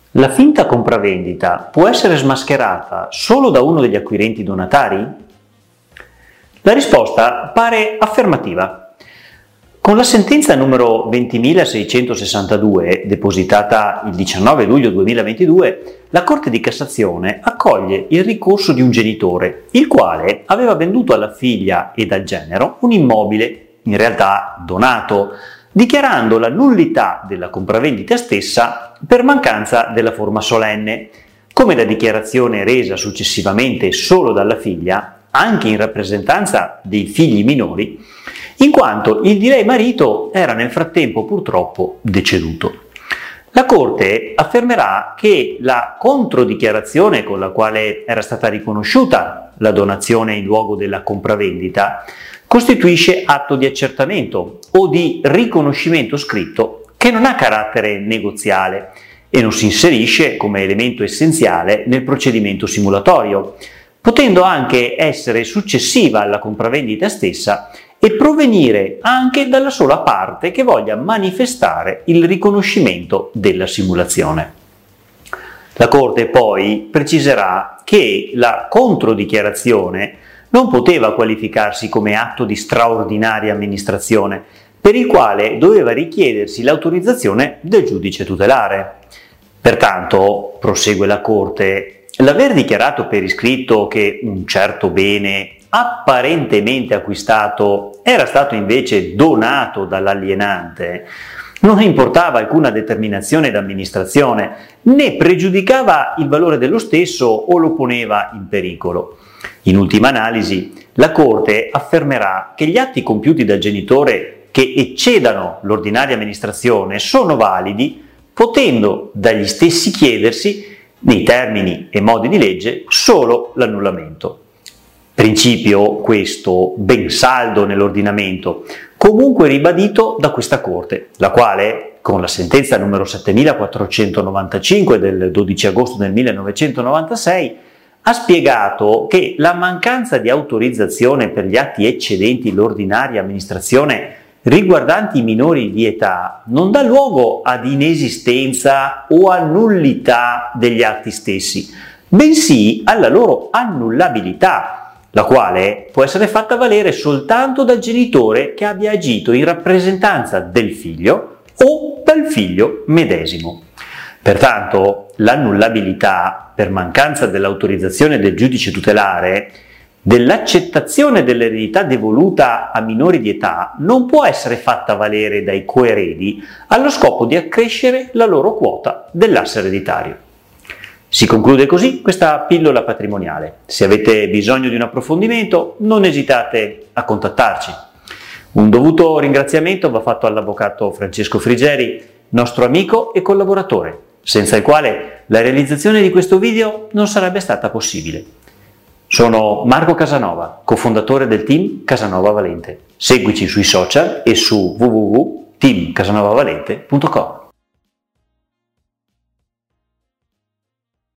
La finta compravendita può essere smascherata solo da uno degli acquirenti donatari? La risposta pare affermativa. Con la sentenza numero 20.662, depositata il 19 luglio 2022, la Corte di Cassazione accoglie il ricorso di un genitore, il quale aveva venduto alla figlia ed al genero un immobile, in realtà donato, dichiarando la nullità della compravendita stessa per mancanza della forma solenne, come la dichiarazione resa successivamente solo dalla figlia, anche in rappresentanza dei figli minori, in quanto il di lei marito era nel frattempo purtroppo deceduto. La Corte affermerà che la controdichiarazione con la quale era stata riconosciuta la donazione in luogo della compravendita costituisce atto di accertamento o di riconoscimento scritto che non ha carattere negoziale e non si inserisce come elemento essenziale nel procedimento simulatorio, potendo anche essere successiva alla compravendita stessa e provenire anche dalla sola parte che voglia manifestare il riconoscimento della simulazione. La Corte poi preciserà che la controdichiarazione non poteva qualificarsi come atto di straordinaria amministrazione, per il quale doveva richiedersi l'autorizzazione del giudice tutelare. Pertanto, prosegue la Corte, l'aver dichiarato per iscritto che un certo bene apparentemente acquistato era stato invece donato dall'alienante non importava alcuna determinazione d'amministrazione, né pregiudicava il valore dello stesso o lo poneva in pericolo. In ultima analisi, la Corte affermerà che gli atti compiuti dal genitore che eccedano l'ordinaria amministrazione sono validi, potendo dagli stessi chiedersi, nei termini e modi di legge, solo l'annullamento. Principio questo ben saldo nell'ordinamento, comunque ribadito da questa Corte, la quale, con la sentenza numero 7495 del 12 agosto del 1996, ha spiegato che la mancanza di autorizzazione per gli atti eccedenti l'ordinaria amministrazione riguardanti i minori di età non dà luogo ad inesistenza o a nullità degli atti stessi, bensì alla loro annullabilità, la quale può essere fatta valere soltanto dal genitore che abbia agito in rappresentanza del figlio o dal figlio medesimo. Pertanto, l'annullabilità per mancanza dell'autorizzazione del giudice tutelare dell'accettazione dell'eredità devoluta a minori di età non può essere fatta valere dai coeredi allo scopo di accrescere la loro quota dell'asse ereditario. Si conclude così questa pillola patrimoniale. Se avete bisogno di un approfondimento, non esitate a contattarci. Un dovuto ringraziamento va fatto all'avvocato Francesco Frigeri, nostro amico e collaboratore, senza il quale la realizzazione di questo video non sarebbe stata possibile. Sono Marco Casanova, cofondatore del team Casanova Valente. Seguici sui social e su www.teamcasanovavavalente.com.